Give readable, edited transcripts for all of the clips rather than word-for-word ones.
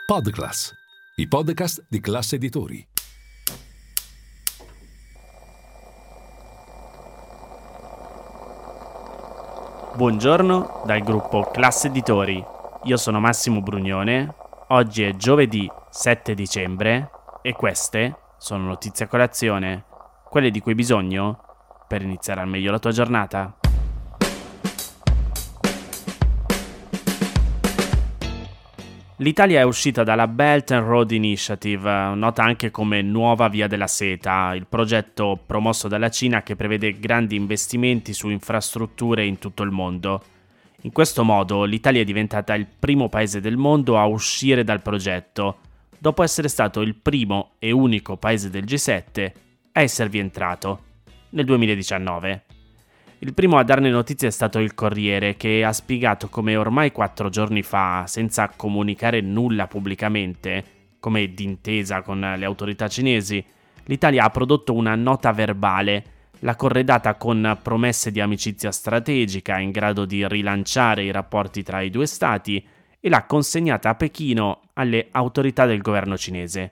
Podclass, i podcast di Classe Editori. Buongiorno dal gruppo Classe Editori. Io sono Massimo Brugnone. Oggi è giovedì 7 dicembre e queste sono notizie a colazione, quelle di cui hai bisogno per iniziare al meglio la tua giornata. L'Italia è uscita dalla Belt and Road Initiative, nota anche come Nuova Via della Seta, il progetto promosso dalla Cina che prevede grandi investimenti su infrastrutture in tutto il mondo. In questo modo l'Italia è diventata il primo paese del mondo a uscire dal progetto, dopo essere stato il primo e unico paese del G7 a esservi entrato, nel 2019. Il primo a darne notizie è stato il Corriere, che ha spiegato come ormai 4 giorni fa, senza comunicare nulla pubblicamente, come d'intesa con le autorità cinesi, l'Italia ha prodotto una nota verbale, l'ha corredata con promesse di amicizia strategica in grado di rilanciare i rapporti tra i due stati e l'ha consegnata a Pechino alle autorità del governo cinese.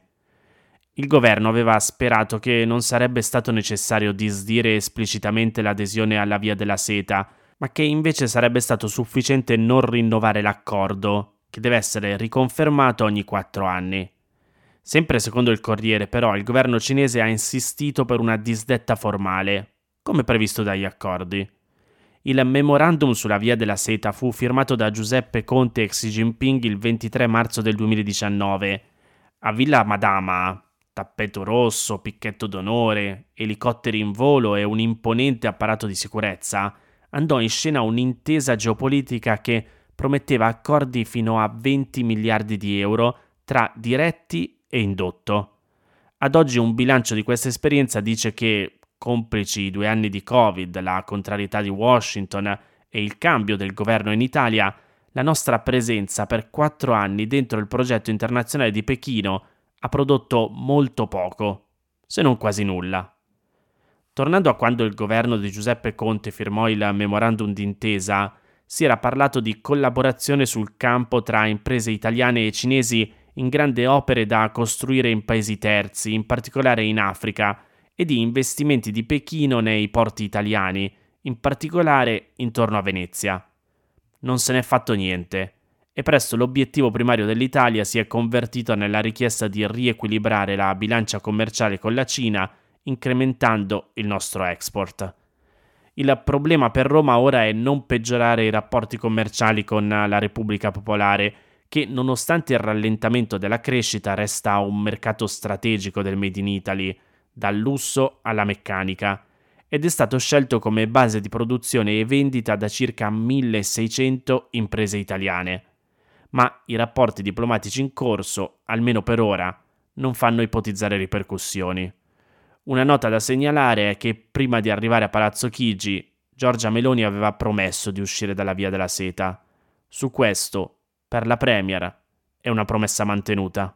Il governo aveva sperato che non sarebbe stato necessario disdire esplicitamente l'adesione alla Via della Seta, ma che invece sarebbe stato sufficiente non rinnovare l'accordo, che deve essere riconfermato ogni 4 anni. Sempre secondo il Corriere, però, il governo cinese ha insistito per una disdetta formale, come previsto dagli accordi. Il memorandum sulla Via della Seta fu firmato da Giuseppe Conte e Xi Jinping il 23 marzo del 2019. A Villa Madama, tappeto rosso, picchetto d'onore, elicotteri in volo e un imponente apparato di sicurezza, andò in scena un'intesa geopolitica che prometteva accordi fino a 20 miliardi di euro tra diretti e indotto. Ad oggi un bilancio di questa esperienza dice che, complici i 2 anni di Covid, la contrarietà di Washington e il cambio del governo in Italia, la nostra presenza per 4 anni dentro il progetto internazionale di Pechino ha prodotto molto poco, se non quasi nulla. Tornando a quando il governo di Giuseppe Conte firmò il memorandum d'intesa, si era parlato di collaborazione sul campo tra imprese italiane e cinesi in grandi opere da costruire in paesi terzi, in particolare in Africa, e di investimenti di Pechino nei porti italiani, in particolare intorno a Venezia. Non se n'è fatto niente. E presto l'obiettivo primario dell'Italia si è convertito nella richiesta di riequilibrare la bilancia commerciale con la Cina, incrementando il nostro export. Il problema per Roma ora è non peggiorare i rapporti commerciali con la Repubblica Popolare, che nonostante il rallentamento della crescita resta un mercato strategico del Made in Italy, dal lusso alla meccanica, ed è stato scelto come base di produzione e vendita da circa 1600 imprese italiane. Ma i rapporti diplomatici in corso, almeno per ora, non fanno ipotizzare ripercussioni. Una nota da segnalare è che prima di arrivare a Palazzo Chigi, Giorgia Meloni aveva promesso di uscire dalla Via della Seta. Su questo, per la Premier, è una promessa mantenuta.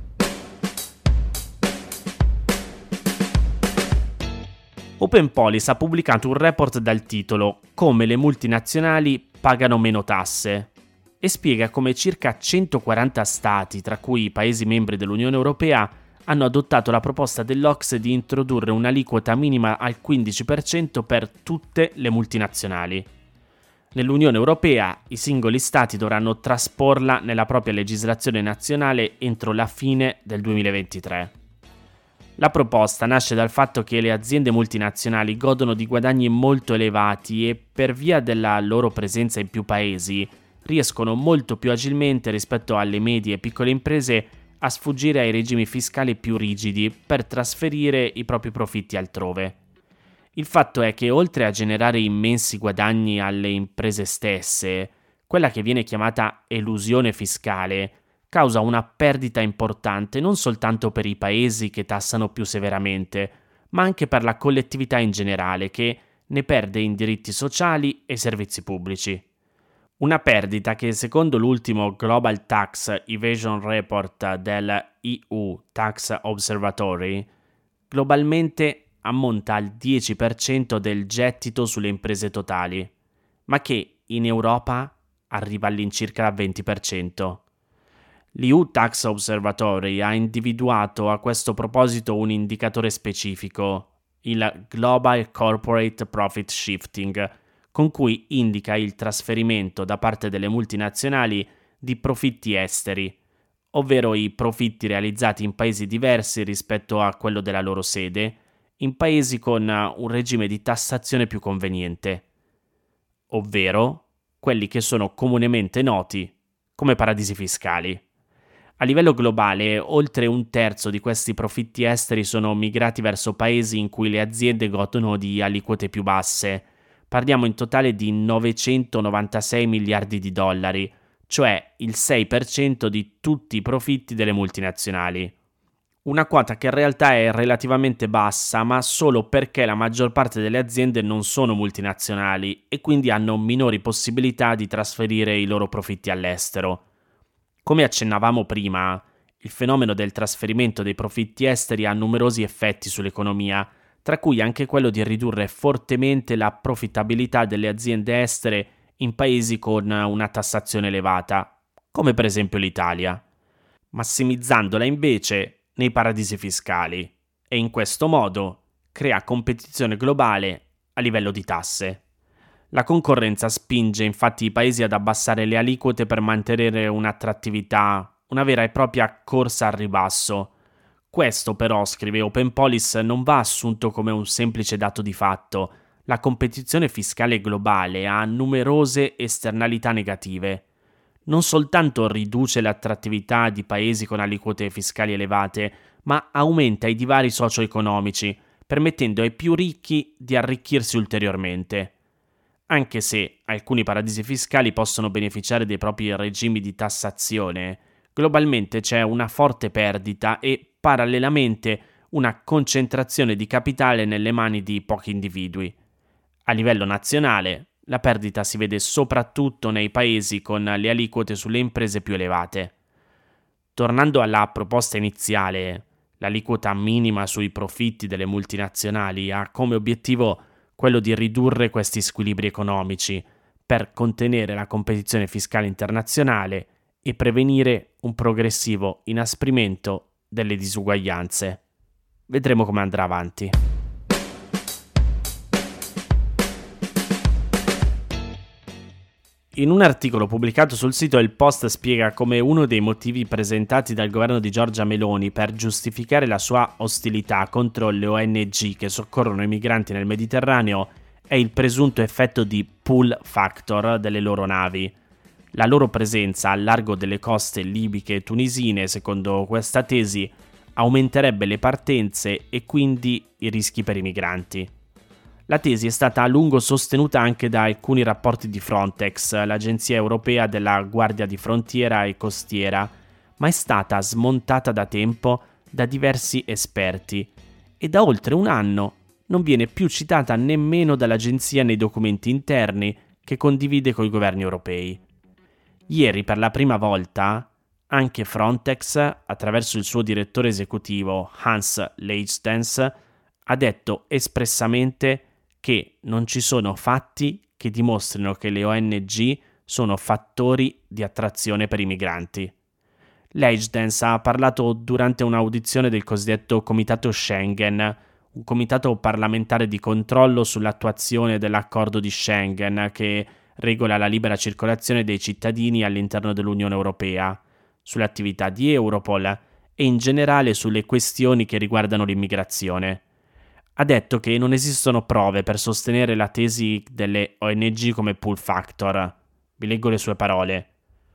Open Policy ha pubblicato un report dal titolo "Come le multinazionali pagano meno tasse" e spiega come circa 140 stati, tra cui i Paesi membri dell'Unione Europea, hanno adottato la proposta dell'OCSE di introdurre un'aliquota minima al 15% per tutte le multinazionali. Nell'Unione Europea i singoli stati dovranno trasporla nella propria legislazione nazionale entro la fine del 2023. La proposta nasce dal fatto che le aziende multinazionali godono di guadagni molto elevati e, per via della loro presenza in più paesi, riescono molto più agilmente rispetto alle medie e piccole imprese a sfuggire ai regimi fiscali più rigidi per trasferire i propri profitti altrove. Il fatto è che, oltre a generare immensi guadagni alle imprese stesse, quella che viene chiamata elusione fiscale causa una perdita importante non soltanto per i paesi che tassano più severamente, ma anche per la collettività in generale, che ne perde in diritti sociali e servizi pubblici. Una perdita che, secondo l'ultimo Global Tax Evasion Report del EU Tax Observatory, globalmente ammonta al 10% del gettito sulle imprese totali, ma che in Europa arriva all'incirca al 20%. L'EU Tax Observatory ha individuato a questo proposito un indicatore specifico, il Global Corporate Profit Shifting, con cui indica il trasferimento da parte delle multinazionali di profitti esteri, ovvero i profitti realizzati in paesi diversi rispetto a quello della loro sede, in paesi con un regime di tassazione più conveniente, ovvero quelli che sono comunemente noti come paradisi fiscali. A livello globale, oltre un terzo di questi profitti esteri sono migrati verso paesi in cui le aziende godono di aliquote più basse. Parliamo in totale di 996 miliardi di dollari, cioè il 6% di tutti i profitti delle multinazionali. Una quota che in realtà è relativamente bassa, ma solo perché la maggior parte delle aziende non sono multinazionali e quindi hanno minori possibilità di trasferire i loro profitti all'estero. Come accennavamo prima, il fenomeno del trasferimento dei profitti esteri ha numerosi effetti sull'economia, tra cui anche quello di ridurre fortemente la profittabilità delle aziende estere in paesi con una tassazione elevata, come per esempio l'Italia, massimizzandola invece nei paradisi fiscali e in questo modo crea competizione globale a livello di tasse. La concorrenza spinge infatti i paesi ad abbassare le aliquote per mantenere un'attrattività, una vera e propria corsa al ribasso. Questo però, scrive Open Policy, non va assunto come un semplice dato di fatto. La competizione fiscale globale ha numerose esternalità negative. Non soltanto riduce l'attrattività di paesi con aliquote fiscali elevate, ma aumenta i divari socio-economici, permettendo ai più ricchi di arricchirsi ulteriormente. Anche se alcuni paradisi fiscali possono beneficiare dei propri regimi di tassazione, globalmente c'è una forte perdita e, parallelamente, una concentrazione di capitale nelle mani di pochi individui. A livello nazionale, la perdita si vede soprattutto nei paesi con le aliquote sulle imprese più elevate. Tornando alla proposta iniziale, l'aliquota minima sui profitti delle multinazionali ha come obiettivo quello di ridurre questi squilibri economici per contenere la competizione fiscale internazionale e prevenire un progressivo inasprimento delle disuguaglianze. Vedremo come andrà avanti. In un articolo pubblicato sul sito Il Post spiega come uno dei motivi presentati dal governo di Giorgia Meloni per giustificare la sua ostilità contro le ONG che soccorrono i migranti nel Mediterraneo è il presunto effetto di pull factor delle loro navi. La loro presenza al largo delle coste libiche e tunisine, secondo questa tesi, aumenterebbe le partenze e quindi i rischi per i migranti. La tesi è stata a lungo sostenuta anche da alcuni rapporti di Frontex, l'agenzia europea della Guardia di Frontiera e Costiera, ma è stata smontata da tempo da diversi esperti e da oltre un anno non viene più citata nemmeno dall'agenzia nei documenti interni che condivide coi governi europei. Ieri, per la prima volta, anche Frontex, attraverso il suo direttore esecutivo Hans Leijtens, ha detto espressamente che non ci sono fatti che dimostrino che le ONG sono fattori di attrazione per i migranti. Leijtens ha parlato durante un'audizione del cosiddetto Comitato Schengen, un comitato parlamentare di controllo sull'attuazione dell'accordo di Schengen che regola la libera circolazione dei cittadini all'interno dell'Unione Europea, sulle attività di Europol e in generale sulle questioni che riguardano l'immigrazione. Ha detto che non esistono prove per sostenere la tesi delle ONG come pull factor. Vi leggo le sue parole.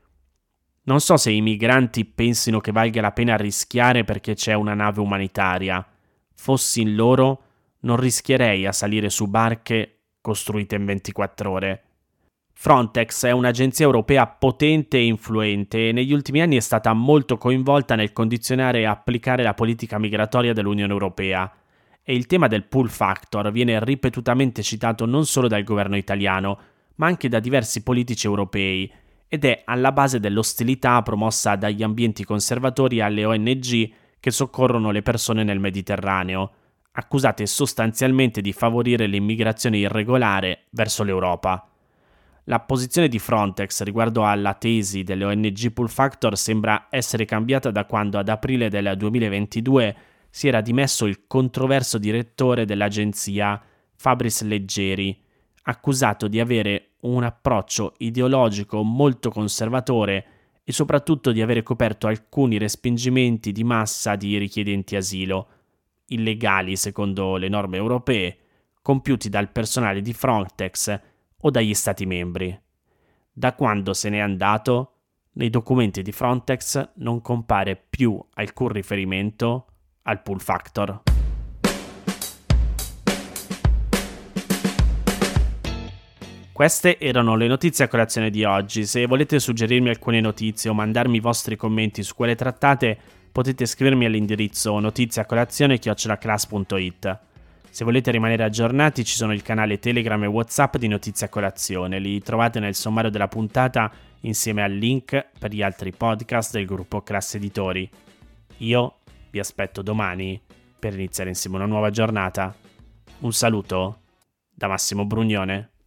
Non so se i migranti pensino che valga la pena rischiare perché c'è una nave umanitaria. Fossi in loro, non rischierei a salire su barche costruite in 24 ore. Frontex è un'agenzia europea potente e influente e negli ultimi anni è stata molto coinvolta nel condizionare e applicare la politica migratoria dell'Unione Europea. E il tema del pull factor viene ripetutamente citato non solo dal governo italiano, ma anche da diversi politici europei, ed è alla base dell'ostilità promossa dagli ambienti conservatori alle ONG che soccorrono le persone nel Mediterraneo, accusate sostanzialmente di favorire l'immigrazione irregolare verso l'Europa. La posizione di Frontex riguardo alla tesi delle ONG pull factor sembra essere cambiata da quando ad aprile del 2022 si era dimesso il controverso direttore dell'agenzia Fabrice Leggeri, accusato di avere un approccio ideologico molto conservatore e soprattutto di avere coperto alcuni respingimenti di massa di richiedenti asilo, illegali secondo le norme europee, compiuti dal personale di Frontex o dagli Stati membri. Da quando se n'è andato, nei documenti di Frontex non compare più alcun riferimento al pull factor. Queste erano le notizie a colazione di oggi. Se volete suggerirmi alcune notizie o mandarmi i vostri commenti su quelle trattate, potete scrivermi all'indirizzo notiziacolazione@class.it. Se volete rimanere aggiornati, ci sono il canale Telegram e WhatsApp di Notizie a Colazione. Li trovate nel sommario della puntata insieme al link per gli altri podcast del gruppo Class Editori. Io vi aspetto domani per iniziare insieme una nuova giornata. Un saluto da Massimo Brugnone.